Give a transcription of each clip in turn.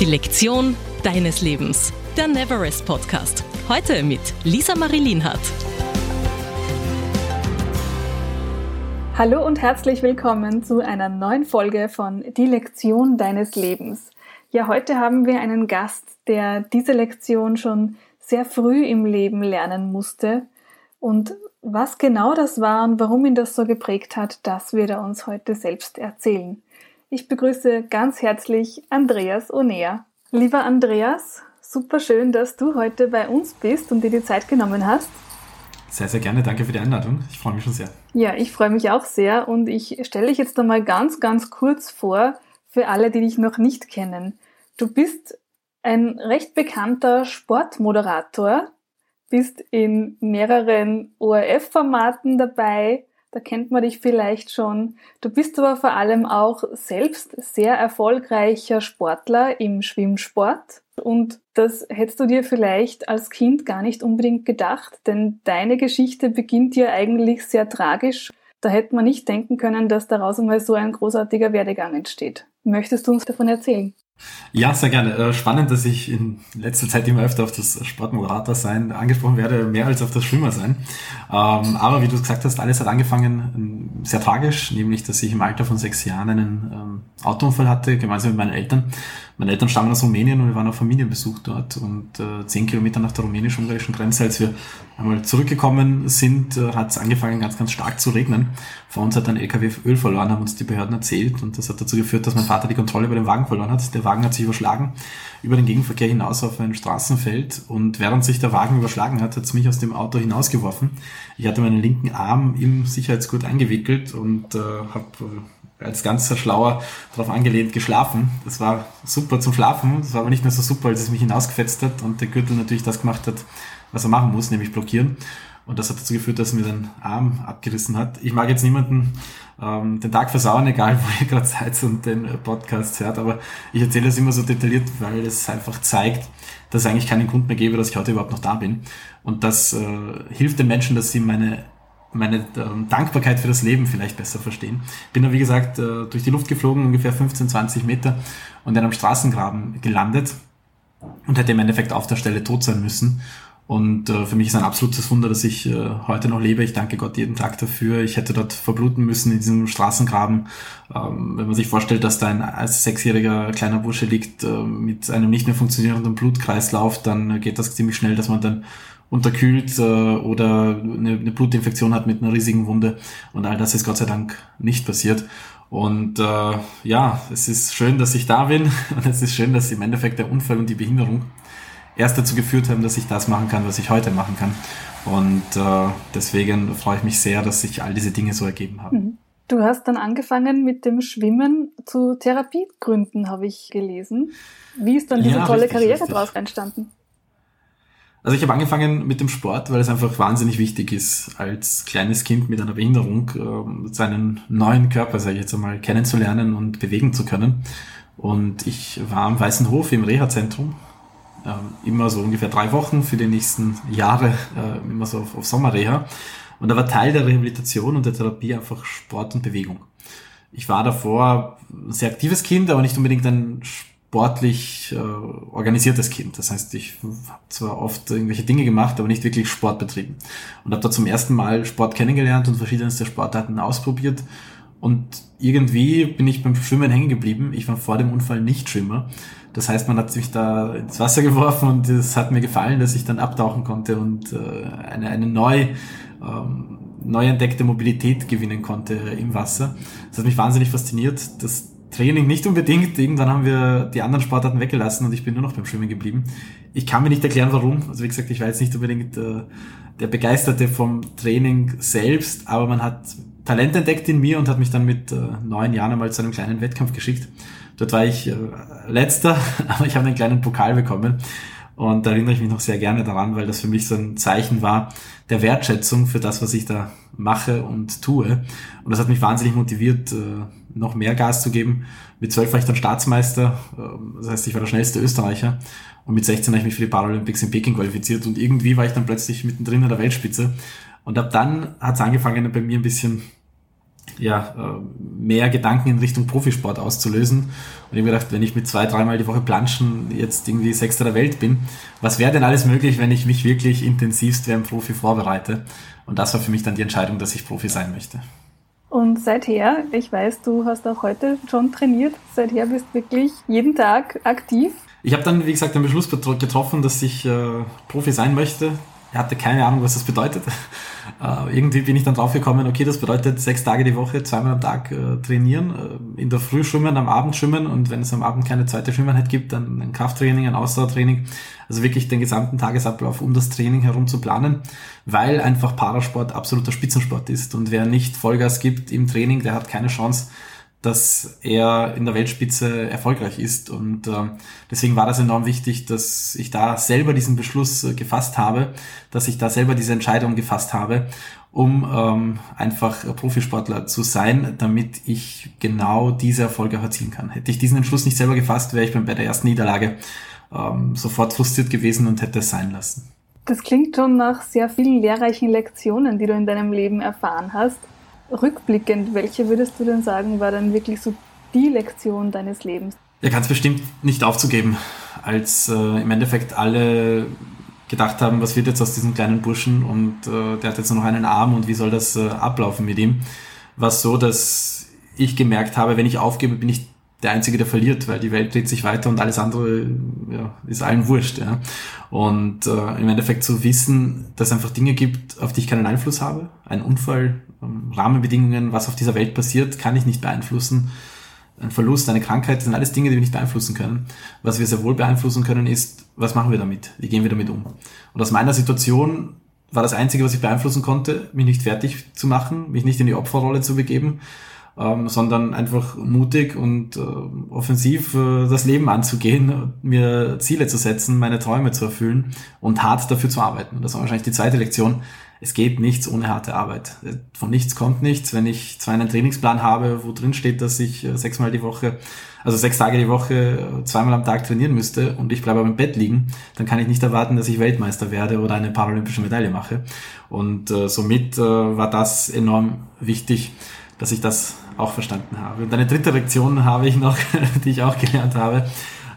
Lektion deines Lebens. Der Neverest Podcast. Heute mit Lisa Marie Lienhardt. Hallo und herzlich willkommen zu einer neuen Folge von Die Lektion deines Lebens. Ja, heute haben wir einen Gast, der diese Lektion schon sehr früh im Leben lernen musste. Und was genau das war und warum ihn das so geprägt hat, das wird er uns heute selbst erzählen. Ich begrüße ganz herzlich Andreas Onea. Lieber Andreas, super schön, dass du heute bei uns bist und dir die Zeit genommen hast. Sehr, sehr gerne. Danke für die Einladung. Ich freue mich schon sehr. Ja, ich freue mich auch sehr und ich stelle dich jetzt einmal ganz kurz vor für alle, die dich noch nicht kennen. Du bist ein recht bekannter Sportmoderator, bist in mehreren ORF-Formaten dabei, da kennt man dich vielleicht schon. Du bist aber vor allem auch selbst sehr erfolgreicher Sportler im Schwimmsport. Und das hättest du dir vielleicht als Kind gar nicht unbedingt gedacht, denn deine Geschichte beginnt ja eigentlich sehr tragisch. Da hätte man nicht denken können, dass daraus einmal so ein großartiger Werdegang entsteht. Möchtest du uns davon erzählen? Ja, sehr gerne. Spannend, dass ich in letzter Zeit immer öfter auf das Sportmoderator-Sein angesprochen werde, mehr als auf das Schwimmer-Sein. Aber wie du gesagt hast, alles hat angefangen sehr tragisch, nämlich, dass ich im Alter von 6 Jahren einen Autounfall hatte, gemeinsam mit meinen Eltern. Meine Eltern stammen aus Rumänien und wir waren auf Familienbesuch dort und 10 Kilometer nach der rumänisch-ungarischen Grenze, als wir einmal zurückgekommen sind, hat es angefangen ganz stark zu regnen. Vor uns hat ein LKW Öl verloren, haben uns die Behörden erzählt und das hat dazu geführt, dass mein Vater die Kontrolle über den Wagen verloren hat. Der Wagen hat sich überschlagen über den Gegenverkehr hinaus auf ein Straßenfeld und während sich der Wagen überschlagen hat es mich aus dem Auto hinausgeworfen. Ich hatte meinen linken Arm im Sicherheitsgurt eingewickelt und habe als ganz schlauer darauf angelehnt geschlafen. Das war super zum Schlafen, das war aber nicht mehr so super, als es mich hinausgefetzt hat und der Gürtel natürlich das gemacht hat, was er machen muss, nämlich blockieren. Und das hat dazu geführt, dass er mir den Arm abgerissen hat. Ich mag jetzt niemanden den Tag versauen, egal wo ihr gerade seid und den Podcast hört, aber ich erzähle das immer so detailliert, weil es einfach zeigt, dass es eigentlich keinen Grund mehr gäbe, dass ich heute überhaupt noch da bin. Und das hilft den Menschen, dass sie meine Dankbarkeit für das Leben vielleicht besser verstehen. Bin dann, wie gesagt, durch die Luft geflogen, ungefähr 15, 20 Meter und dann am Straßengraben gelandet und hätte im Endeffekt auf der Stelle tot sein müssen. Und für mich ist ein absolutes Wunder, dass ich heute noch lebe. Ich danke Gott jeden Tag dafür. Ich hätte dort verbluten müssen in diesem Straßengraben. Wenn man sich vorstellt, dass da ein als 6-jähriger kleiner Bursche liegt mit einem nicht mehr funktionierenden Blutkreislauf, dann geht das ziemlich schnell, dass man dann unterkühlt oder eine Blutinfektion hat mit einer riesigen Wunde. Und all das ist Gott sei Dank nicht passiert. Und es ist schön, dass ich da bin. Und es ist schön, dass im Endeffekt der Unfall und die Behinderung erst dazu geführt haben, dass ich das machen kann, was ich heute machen kann. Und deswegen freue ich mich sehr, dass sich all diese Dinge so ergeben haben. Du hast dann angefangen mit dem Schwimmen zu Therapiegründen, habe ich gelesen. Wie ist dann diese tolle Karriere daraus entstanden? Also ich habe angefangen mit dem Sport, weil es einfach wahnsinnig wichtig ist, als kleines Kind mit einer Behinderung seinen neuen Körper, sage ich jetzt einmal, kennenzulernen und bewegen zu können. Und ich war am Weißen Hof im Reha-Zentrum, immer so ungefähr 3 Wochen für die nächsten Jahre, immer so auf Sommerreha. Und da war Teil der Rehabilitation und der Therapie einfach Sport und Bewegung. Ich war davor ein sehr aktives Kind, aber nicht unbedingt ein sportlich organisiertes Kind. Das heißt, ich habe zwar oft irgendwelche Dinge gemacht, aber nicht wirklich Sport betrieben. Und habe da zum ersten Mal Sport kennengelernt und verschiedenste Sportarten ausprobiert. Und irgendwie bin ich beim Schwimmen hängen geblieben. Ich war vor dem Unfall nicht Schwimmer. Das heißt, man hat mich da ins Wasser geworfen und es hat mir gefallen, dass ich dann abtauchen konnte und eine neu entdeckte Mobilität gewinnen konnte im Wasser. Das hat mich wahnsinnig fasziniert. Das Training nicht unbedingt. Irgendwann haben wir die anderen Sportarten weggelassen und ich bin nur noch beim Schwimmen geblieben. Ich kann mir nicht erklären, warum. Also wie gesagt, ich war jetzt nicht unbedingt der Begeisterte vom Training selbst, aber man hat Talent entdeckt in mir und hat mich dann mit 9 Jahren einmal zu einem kleinen Wettkampf geschickt. Dort war ich Letzter, aber ich habe einen kleinen Pokal bekommen und da erinnere ich mich noch sehr gerne daran, weil das für mich so ein Zeichen war der Wertschätzung für das, was ich da mache und tue. Und das hat mich wahnsinnig motiviert, noch mehr Gas zu geben. Mit 12 war ich dann Staatsmeister, das heißt, ich war der schnellste Österreicher und mit 16 habe ich mich für die Paralympics in Peking qualifiziert und irgendwie war ich dann plötzlich mittendrin in der Weltspitze. Und ab dann hat es angefangen, bei mir ein bisschen mehr Gedanken in Richtung Profisport auszulösen. Und ich habe mir gedacht, wenn ich mit 2-3 Mal die Woche planschen jetzt irgendwie Sechster der Welt bin, was wäre denn alles möglich, wenn ich mich wirklich intensivst wie ein Profi vorbereite? Und das war für mich dann die Entscheidung, dass ich Profi sein möchte. Und seither, ich weiß, du hast auch heute schon trainiert, seither bist du wirklich jeden Tag aktiv. Ich habe dann, wie gesagt, den Beschluss getroffen, dass ich Profi sein möchte. Ich hatte keine Ahnung, was das bedeutet. Irgendwie bin ich dann drauf gekommen, okay, das bedeutet 6 Tage die Woche, 2-mal am Tag trainieren, in der Früh schwimmen, am Abend schwimmen und wenn es am Abend keine zweite Schwimmeinheit gibt, dann ein Krafttraining, ein Ausdauertraining. Also wirklich den gesamten Tagesablauf um das Training herum zu planen, weil einfach Parasport absoluter Spitzensport ist und wer nicht Vollgas gibt im Training, der hat keine Chance, dass er in der Weltspitze erfolgreich ist und deswegen war das enorm wichtig, dass ich da selber diesen Beschluss gefasst habe, dass ich da selber diese Entscheidung gefasst habe, um einfach Profisportler zu sein, damit ich genau diese Erfolge erzielen kann. Hätte ich diesen Entschluss nicht selber gefasst, wäre ich bei der ersten Niederlage sofort frustriert gewesen und hätte es sein lassen. Das klingt schon nach sehr vielen lehrreichen Lektionen, die du in deinem Leben erfahren hast. Rückblickend, welche würdest du denn sagen, war dann wirklich so die Lektion deines Lebens? Ja, ganz bestimmt nicht aufzugeben, als im Endeffekt alle gedacht haben, was wird jetzt aus diesem kleinen Burschen und der hat jetzt nur noch einen Arm und wie soll das ablaufen mit ihm? War es so, dass ich gemerkt habe, wenn ich aufgebe, bin ich der Einzige, der verliert, weil die Welt dreht sich weiter und alles andere ist allen wurscht. Ja. Und im Endeffekt zu wissen, dass es einfach Dinge gibt, auf die ich keinen Einfluss habe. Ein Unfall, Rahmenbedingungen, was auf dieser Welt passiert, kann ich nicht beeinflussen. Ein Verlust, eine Krankheit, das sind alles Dinge, die wir nicht beeinflussen können. Was wir sehr wohl beeinflussen können, ist, was machen wir damit? Wie gehen wir damit um? Und aus meiner Situation war das Einzige, was ich beeinflussen konnte, mich nicht fertig zu machen, mich nicht in die Opferrolle zu begeben, sondern einfach mutig und offensiv das Leben anzugehen, mir Ziele zu setzen, meine Träume zu erfüllen und hart dafür zu arbeiten. Und das war wahrscheinlich die zweite Lektion. Es geht nichts ohne harte Arbeit. Von nichts kommt nichts. Wenn ich zwar einen Trainingsplan habe, wo drin steht, dass ich 6 Tage die Woche 2-mal am Tag trainieren müsste und ich bleibe aber im Bett liegen, dann kann ich nicht erwarten, dass ich Weltmeister werde oder eine paralympische Medaille mache. Und somit war das enorm wichtig, dass ich das auch verstanden habe. Und eine dritte Lektion habe ich noch, die ich auch gelernt habe,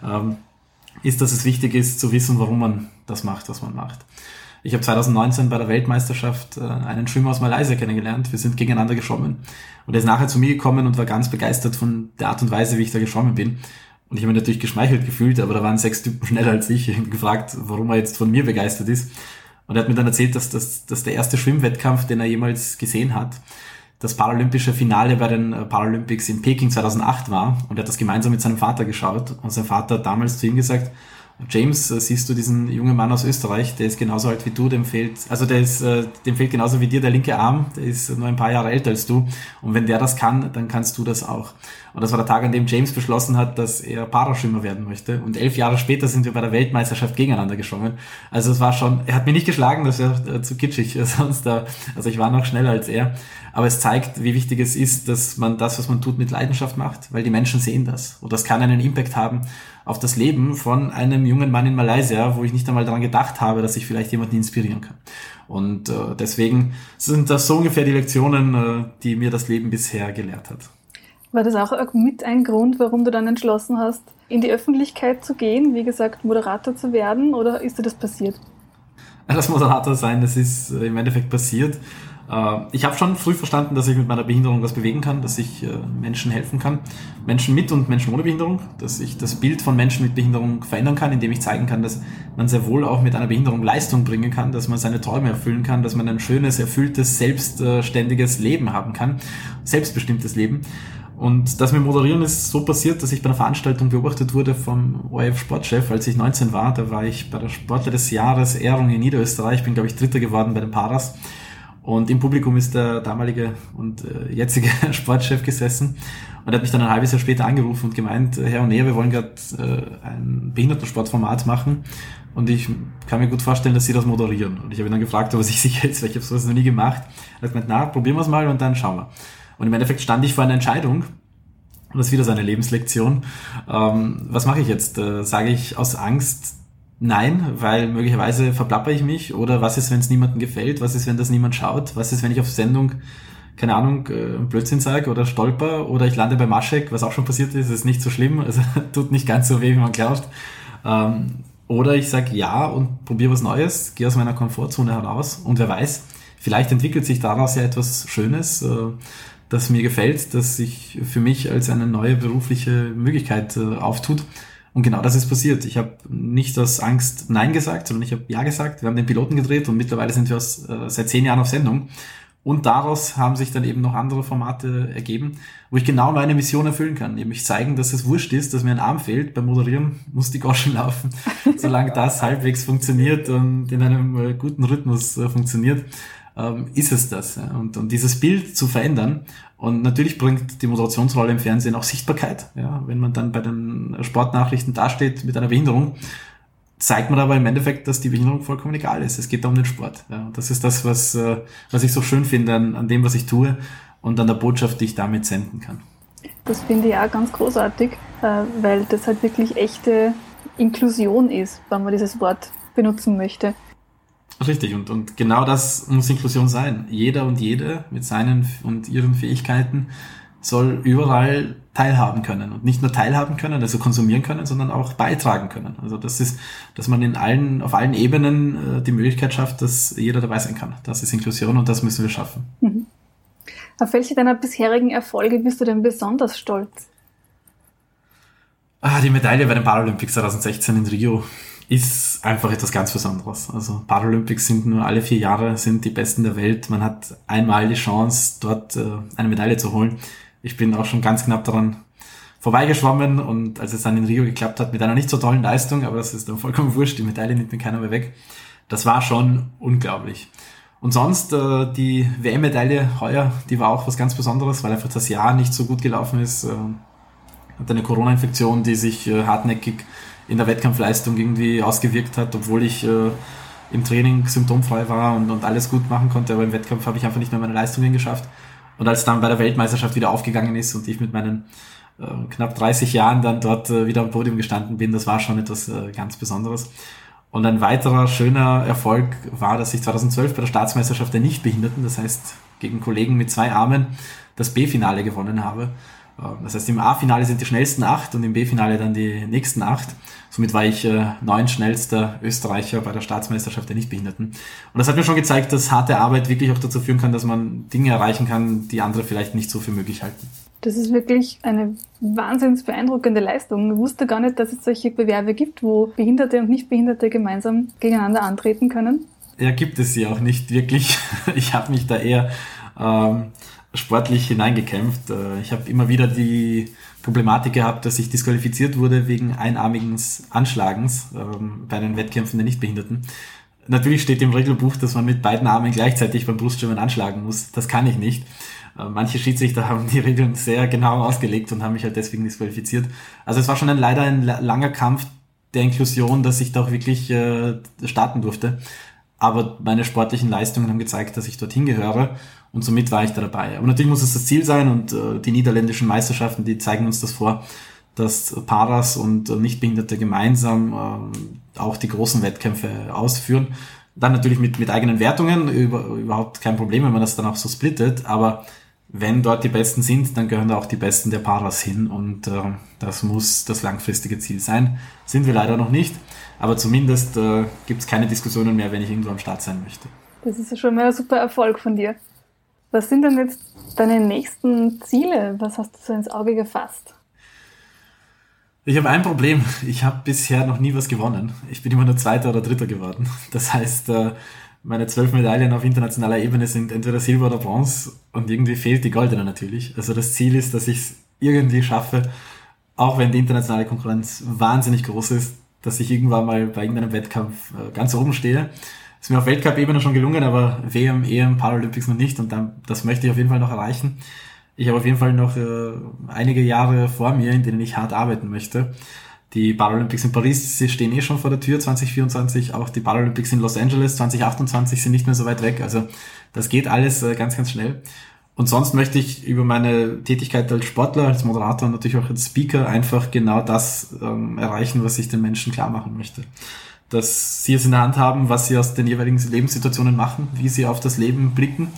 ist, dass es wichtig ist, zu wissen, warum man das macht, was man macht. Ich habe 2019 bei der Weltmeisterschaft einen Schwimmer aus Malaysia kennengelernt. Wir sind gegeneinander geschwommen. Und er ist nachher zu mir gekommen und war ganz begeistert von der Art und Weise, wie ich da geschwommen bin. Und ich habe mich natürlich geschmeichelt gefühlt, aber da waren 6 Typen schneller als ich. Ich habe gefragt, warum er jetzt von mir begeistert ist. Und er hat mir dann erzählt, dass der erste Schwimmwettkampf, den er jemals gesehen hat, das paralympische Finale bei den Paralympics in Peking 2008 war und er hat das gemeinsam mit seinem Vater geschaut und sein Vater hat damals zu ihm gesagt, James, siehst du diesen jungen Mann aus Österreich, der ist genauso alt wie du, dem fehlt genauso wie dir der linke Arm, der ist nur ein paar Jahre älter als du und wenn der das kann, dann kannst du das auch. Und das war der Tag, an dem James beschlossen hat, dass er Paraschwimmer werden möchte und 11 Jahre später sind wir bei der Weltmeisterschaft gegeneinander geschwommen. Also es war schon, er hat mich nicht geschlagen, das wäre zu kitschig, also ich war noch schneller als er. Aber es zeigt, wie wichtig es ist, dass man das, was man tut, mit Leidenschaft macht, weil die Menschen sehen das. Und das kann einen Impact haben auf das Leben von einem jungen Mann in Malaysia, wo ich nicht einmal daran gedacht habe, dass ich vielleicht jemanden inspirieren kann. Und deswegen sind das so ungefähr die Lektionen, die mir das Leben bisher gelehrt hat. War das auch mit ein Grund, warum du dann entschlossen hast, in die Öffentlichkeit zu gehen, wie gesagt, Moderator zu werden, oder ist dir das passiert? Das Moderator sein, das ist im Endeffekt passiert. Ich habe schon früh verstanden, dass ich mit meiner Behinderung was bewegen kann, dass ich Menschen helfen kann, Menschen mit und Menschen ohne Behinderung, dass ich das Bild von Menschen mit Behinderung verändern kann, indem ich zeigen kann, dass man sehr wohl auch mit einer Behinderung Leistung bringen kann, dass man seine Träume erfüllen kann, dass man ein schönes, erfülltes, selbstständiges Leben haben kann, selbstbestimmtes Leben. Und das mit Moderieren ist so passiert, dass ich bei einer Veranstaltung beobachtet wurde vom ORF-Sportchef, als ich 19 war. Da war ich bei der Sportler des Jahres Ehrung in Niederösterreich, bin, glaube ich, Dritter geworden bei den Paras. Und im Publikum ist der damalige und jetzige Sportchef gesessen und er hat mich dann ein halbes Jahr später angerufen und gemeint, Herr Oneer, wir wollen gerade ein Behindertensportformat machen und ich kann mir gut vorstellen, dass Sie das moderieren. Und ich habe ihn dann gefragt, ob er sich sicher ist, weil ich habe sowas noch nie gemacht. Er hat gemeint, probieren wir es mal und dann schauen wir. Und im Endeffekt stand ich vor einer Entscheidung und das ist wieder so eine Lebenslektion. Was mache ich jetzt? Sage ich aus Angst nein, weil möglicherweise verplapper ich mich oder was ist, wenn es niemandem gefällt? Was ist, wenn das niemand schaut? Was ist, wenn ich auf Sendung keine Ahnung, Blödsinn sage oder stolper oder ich lande bei Maschek, was auch schon passiert ist nicht so schlimm, also tut nicht ganz so weh, wie man glaubt. Oder ich sage ja und probiere was Neues, gehe aus meiner Komfortzone heraus und wer weiß, vielleicht entwickelt sich daraus ja etwas Schönes, das mir gefällt, das sich für mich als eine neue berufliche Möglichkeit auftut. Und genau das ist passiert. Ich habe nicht aus Angst Nein gesagt, sondern ich habe Ja gesagt. Wir haben den Piloten gedreht und mittlerweile sind wir seit 10 Jahren auf Sendung. Und daraus haben sich dann eben noch andere Formate ergeben, wo ich genau meine Mission erfüllen kann. Nämlich zeigen, dass es wurscht ist, dass mir ein Arm fehlt. Beim Moderieren muss die Goschen laufen. Solange das halbwegs funktioniert und in einem guten Rhythmus funktioniert, ist es das. Und dieses Bild zu verändern. Und natürlich bringt die Moderationsrolle im Fernsehen auch Sichtbarkeit. Ja, wenn man dann bei den Sportnachrichten dasteht mit einer Behinderung, zeigt man aber im Endeffekt, dass die Behinderung vollkommen egal ist. Es geht da um den Sport. Ja, und das ist das, was ich so schön finde an dem, was ich tue und an der Botschaft, die ich damit senden kann. Das finde ich auch ganz großartig, weil das halt wirklich echte Inklusion ist, wenn man dieses Wort benutzen möchte. Richtig, und genau das muss Inklusion sein. Jeder und jede mit seinen und ihren Fähigkeiten soll überall teilhaben können. Und nicht nur teilhaben können, also konsumieren können, sondern auch beitragen können. Also das ist, dass man auf allen Ebenen die Möglichkeit schafft, dass jeder dabei sein kann. Das ist Inklusion und das müssen wir schaffen. Mhm. Auf welche deiner bisherigen Erfolge bist du denn besonders stolz? Die Medaille bei den Paralympics 2016 in Rio ist einfach etwas ganz Besonderes. Also Paralympics sind nur alle 4 Jahre, sind die Besten der Welt. Man hat einmal die Chance, dort eine Medaille zu holen. Ich bin auch schon ganz knapp daran vorbeigeschwommen und als es dann in Rio geklappt hat, mit einer nicht so tollen Leistung, aber das ist dann vollkommen wurscht, die Medaille nimmt mir keiner mehr weg. Das war schon unglaublich. Und sonst, die WM-Medaille heuer, die war auch was ganz Besonderes, weil einfach das Jahr nicht so gut gelaufen ist. Hatte eine Corona-Infektion, die sich hartnäckig in der Wettkampfleistung irgendwie ausgewirkt hat, obwohl ich im Training symptomfrei war und alles gut machen konnte, aber im Wettkampf habe ich einfach nicht mehr meine Leistungen geschafft. Und als dann bei der Weltmeisterschaft wieder aufgegangen ist und ich mit meinen knapp 30 Jahren dann dort wieder am Podium gestanden bin, das war schon etwas ganz Besonderes. Und ein weiterer schöner Erfolg war, dass ich 2012 bei der Staatsmeisterschaft der Nichtbehinderten, das heißt gegen Kollegen mit 2 Armen, das B-Finale gewonnen habe. Das heißt, im A-Finale sind die schnellsten 8 und im B-Finale dann die nächsten 8. Somit war ich 9 schnellster Österreicher bei der Staatsmeisterschaft der Nichtbehinderten. Und das hat mir schon gezeigt, dass harte Arbeit wirklich auch dazu führen kann, dass man Dinge erreichen kann, die andere vielleicht nicht so für möglich halten. Das ist wirklich eine wahnsinnig beeindruckende Leistung. Ich wusste gar nicht, dass es solche Bewerbe gibt, wo Behinderte und Nichtbehinderte gemeinsam gegeneinander antreten können. Ja, gibt es sie auch nicht wirklich. Ich habe mich da eher sportlich hineingekämpft. Ich habe immer wieder die Problematik gehabt, dass ich disqualifiziert wurde wegen einarmigen Anschlagens bei den Wettkämpfen der Nichtbehinderten. Natürlich steht im Regelbuch, dass man mit beiden Armen gleichzeitig beim Brustschwimmen anschlagen muss. Das kann ich nicht. Manche Schiedsrichter haben die Regeln sehr genau ausgelegt und haben mich halt deswegen disqualifiziert. Also es war schon leider ein langer Kampf der Inklusion, dass ich da auch wirklich starten durfte. Aber meine sportlichen Leistungen haben gezeigt, dass ich dorthin gehöre und somit war ich da dabei. Aber natürlich muss es das Ziel sein und die niederländischen Meisterschaften, die zeigen uns das vor, dass Paras und Nichtbehinderte gemeinsam auch die großen Wettkämpfe ausführen. Dann natürlich mit eigenen Wertungen, überhaupt kein Problem, wenn man das dann auch so splittet, aber wenn dort die Besten sind, dann gehören da auch die Besten der Paras hin und das muss das langfristige Ziel sein. Sind wir leider noch nicht, aber zumindest gibt es keine Diskussionen mehr, wenn ich irgendwo am Start sein möchte. Das ist ja schon mal ein super Erfolg von dir. Was sind denn jetzt deine nächsten Ziele? Was hast du so ins Auge gefasst? Ich habe ein Problem. Ich habe bisher noch nie was gewonnen. Ich bin immer nur Zweiter oder Dritter geworden. Das heißt, meine 12 Medaillen auf internationaler Ebene sind entweder Silber oder Bronze und irgendwie fehlt die goldene natürlich. Also das Ziel ist, dass ich es irgendwie schaffe, auch wenn die internationale Konkurrenz wahnsinnig groß ist, dass ich irgendwann mal bei irgendeinem Wettkampf ganz oben stehe. Ist mir auf Weltcup-Ebene schon gelungen, aber WM, EM, Paralympics noch nicht und das möchte ich auf jeden Fall noch erreichen. Ich habe auf jeden Fall noch einige Jahre vor mir, in denen ich hart arbeiten möchte. Die Paralympics in Paris, sie stehen eh schon vor der Tür, 2024. Auch die Paralympics in Los Angeles, 2028, sind nicht mehr so weit weg. Also das geht alles ganz, ganz schnell. Und sonst möchte ich über meine Tätigkeit als Sportler, als Moderator und natürlich auch als Speaker einfach genau das erreichen, was ich den Menschen klar machen möchte. Dass sie es in der Hand haben, was sie aus den jeweiligen Lebenssituationen machen, wie sie auf das Leben blicken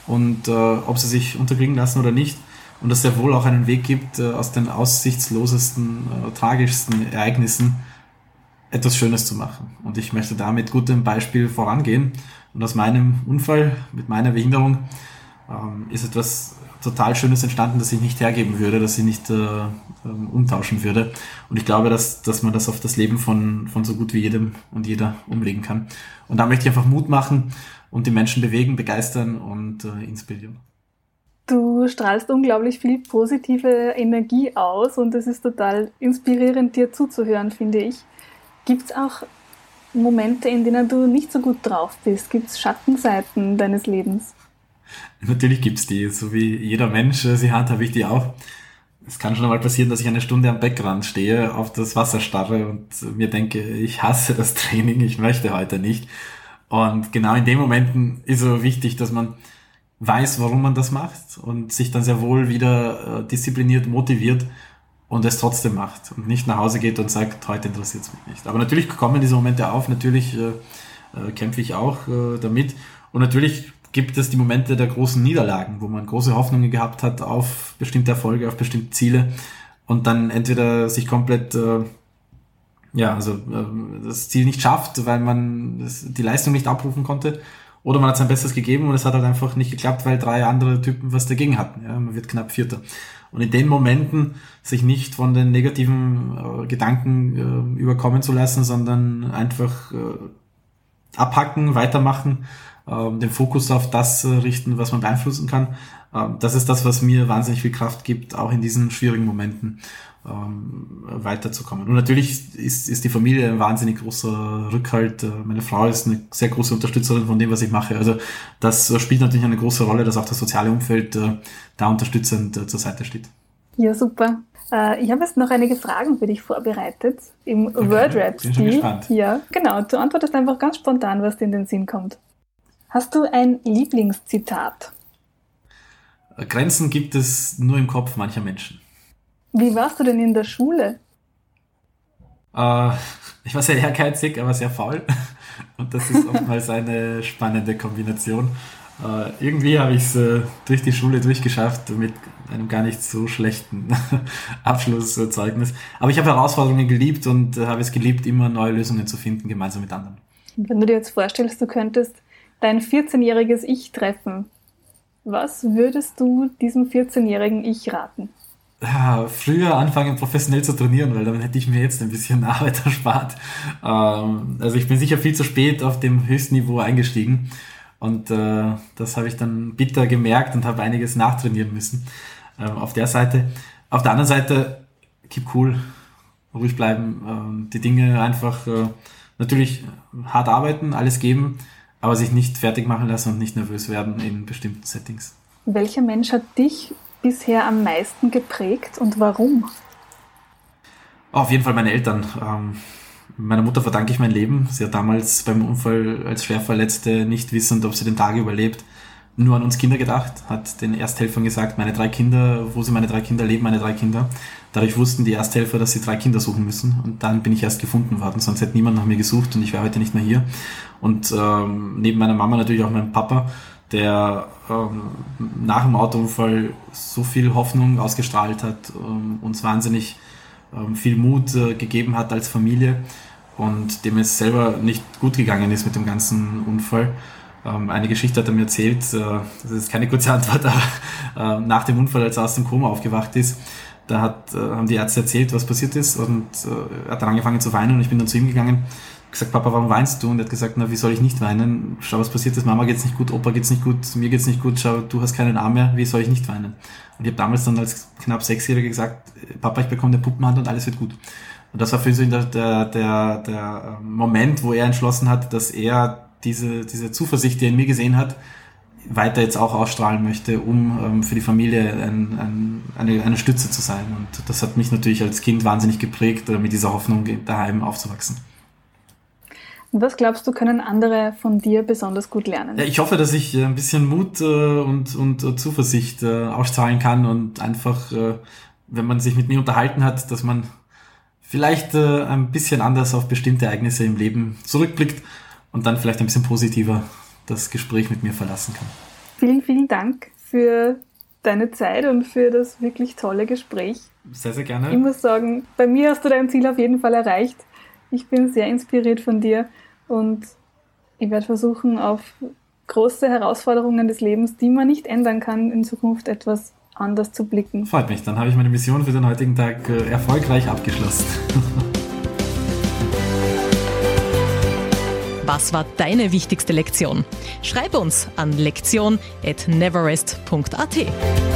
und ob sie sich unterkriegen lassen oder nicht. Und dass es sehr wohl auch einen Weg gibt, aus den aussichtslosesten, tragischsten Ereignissen etwas Schönes zu machen. Und ich möchte da mit gutem Beispiel vorangehen. Und aus meinem Unfall, mit meiner Behinderung, ist etwas total Schönes entstanden, das ich nicht hergeben würde, das ich nicht umtauschen würde. Und ich glaube, dass man das auf das Leben von so gut wie jedem und jeder umlegen kann. Und da möchte ich einfach Mut machen und die Menschen bewegen, begeistern und inspirieren. Du strahlst unglaublich viel positive Energie aus und es ist total inspirierend, dir zuzuhören, finde ich. Gibt es auch Momente, in denen du nicht so gut drauf bist? Gibt es Schattenseiten deines Lebens? Natürlich gibt's die, so wie jeder Mensch, sie handhabe ich die auch. Es kann schon einmal passieren, dass ich eine Stunde am Beckrand stehe, auf das Wasser starre und mir denke, ich hasse das Training, ich möchte heute nicht. Und genau in den Momenten ist es so wichtig, dass man weiß, warum man das macht und sich dann sehr wohl wieder diszipliniert motiviert und es trotzdem macht und nicht nach Hause geht und sagt, heute interessiert es mich nicht. Aber natürlich kommen diese Momente auf, natürlich kämpfe ich auch damit und natürlich gibt es die Momente der großen Niederlagen, wo man große Hoffnungen gehabt hat auf bestimmte Erfolge, auf bestimmte Ziele und dann entweder sich komplett das Ziel nicht schafft, weil man die Leistung nicht abrufen konnte, oder man hat sein Bestes gegeben und es hat halt einfach nicht geklappt, weil 3 andere Typen was dagegen hatten. Ja, man wird knapp Vierter. Und in den Momenten sich nicht von den negativen Gedanken überkommen zu lassen, sondern einfach abhacken, weitermachen, den Fokus auf das richten, was man beeinflussen kann. Das ist das, was mir wahnsinnig viel Kraft gibt, auch in diesen schwierigen Momenten weiterzukommen. Und natürlich ist die Familie ein wahnsinnig großer Rückhalt. Meine Frau ist eine sehr große Unterstützerin von dem, was ich mache. Also das spielt natürlich eine große Rolle, dass auch das soziale Umfeld da unterstützend zur Seite steht. Ja, super. Ich habe jetzt noch einige Fragen für dich vorbereitet im Wordrap. Bin schon gespannt. Ja, genau. Du antwortest einfach ganz spontan, was dir in den Sinn kommt. Hast du ein Lieblingszitat? Grenzen gibt es nur im Kopf mancher Menschen. Wie warst du denn in der Schule? Ich war sehr ehrgeizig, aber sehr faul. Und das ist oftmals eine spannende Kombination. Irgendwie habe ich es durch die Schule durchgeschafft mit einem gar nicht so schlechten Abschlusszeugnis. Aber ich habe Herausforderungen geliebt und habe es geliebt, immer neue Lösungen zu finden, gemeinsam mit anderen. Und wenn du dir jetzt vorstellst, du könntest dein 14-jähriges Ich treffen, was würdest du diesem 14-jährigen Ich raten? Früher anfangen, professionell zu trainieren, weil dann hätte ich mir jetzt ein bisschen Arbeit erspart. Also ich bin sicher viel zu spät auf dem höchsten Niveau eingestiegen und das habe ich dann bitter gemerkt und habe einiges nachtrainieren müssen auf der Seite. Auf der anderen Seite, keep cool, ruhig bleiben, die Dinge einfach natürlich hart arbeiten, alles geben, aber sich nicht fertig machen lassen und nicht nervös werden in bestimmten Settings. Welcher Mensch hat dich bisher am meisten geprägt und warum? Auf jeden Fall meine Eltern. Meiner Mutter verdanke ich mein Leben. Sie hat damals beim Unfall als Schwerverletzte, nicht wissend, ob sie den Tag überlebt, nur an uns Kinder gedacht, hat den Ersthelfern gesagt, meine 3 Kinder, wo sie meine 3 Kinder leben, meine 3 Kinder. Dadurch wussten die Ersthelfer, dass sie 3 Kinder suchen müssen und dann bin ich erst gefunden worden, sonst hätte niemand nach mir gesucht und ich wäre heute nicht mehr hier. Und neben meiner Mama natürlich auch mein Papa, der nach dem Autounfall so viel Hoffnung ausgestrahlt hat, uns wahnsinnig viel Mut gegeben hat als Familie und dem es selber nicht gut gegangen ist mit dem ganzen Unfall. Eine Geschichte hat er mir erzählt, das ist keine kurze Antwort, aber nach dem Unfall, als er aus dem Koma aufgewacht ist, da haben die Ärzte erzählt, was passiert ist und er hat dann angefangen zu weinen und ich bin dann zu ihm gegangen, gesagt, Papa, warum weinst du? Und er hat gesagt, na, wie soll ich nicht weinen? Schau, was passiert ist, Mama geht's nicht gut, Opa geht's nicht gut, mir geht's nicht gut, schau, du hast keinen Arm mehr, wie soll ich nicht weinen? Und ich habe damals dann als knapp 6-Jähriger gesagt, Papa, ich bekomme eine Puppenhand und alles wird gut. Und das war für ihn so der Moment, wo er entschlossen hat, dass er diese Zuversicht, die er in mir gesehen hat, weiter jetzt auch ausstrahlen möchte, um für die Familie eine Stütze zu sein. Und das hat mich natürlich als Kind wahnsinnig geprägt, mit dieser Hoffnung daheim aufzuwachsen. Und was glaubst du, können andere von dir besonders gut lernen? Ja, ich hoffe, dass ich ein bisschen Mut und Zuversicht ausstrahlen kann und einfach, wenn man sich mit mir unterhalten hat, dass man vielleicht ein bisschen anders auf bestimmte Ereignisse im Leben zurückblickt und dann vielleicht ein bisschen positiver das Gespräch mit mir verlassen kann. Vielen, vielen Dank für deine Zeit und für das wirklich tolle Gespräch. Sehr, sehr gerne. Ich muss sagen, bei mir hast du dein Ziel auf jeden Fall erreicht. Ich bin sehr inspiriert von dir und ich werde versuchen, auf große Herausforderungen des Lebens, die man nicht ändern kann, in Zukunft etwas anders zu blicken. Freut mich, dann habe ich meine Mission für den heutigen Tag erfolgreich abgeschlossen. Was war deine wichtigste Lektion? Schreib uns an lektion@neverrest.at.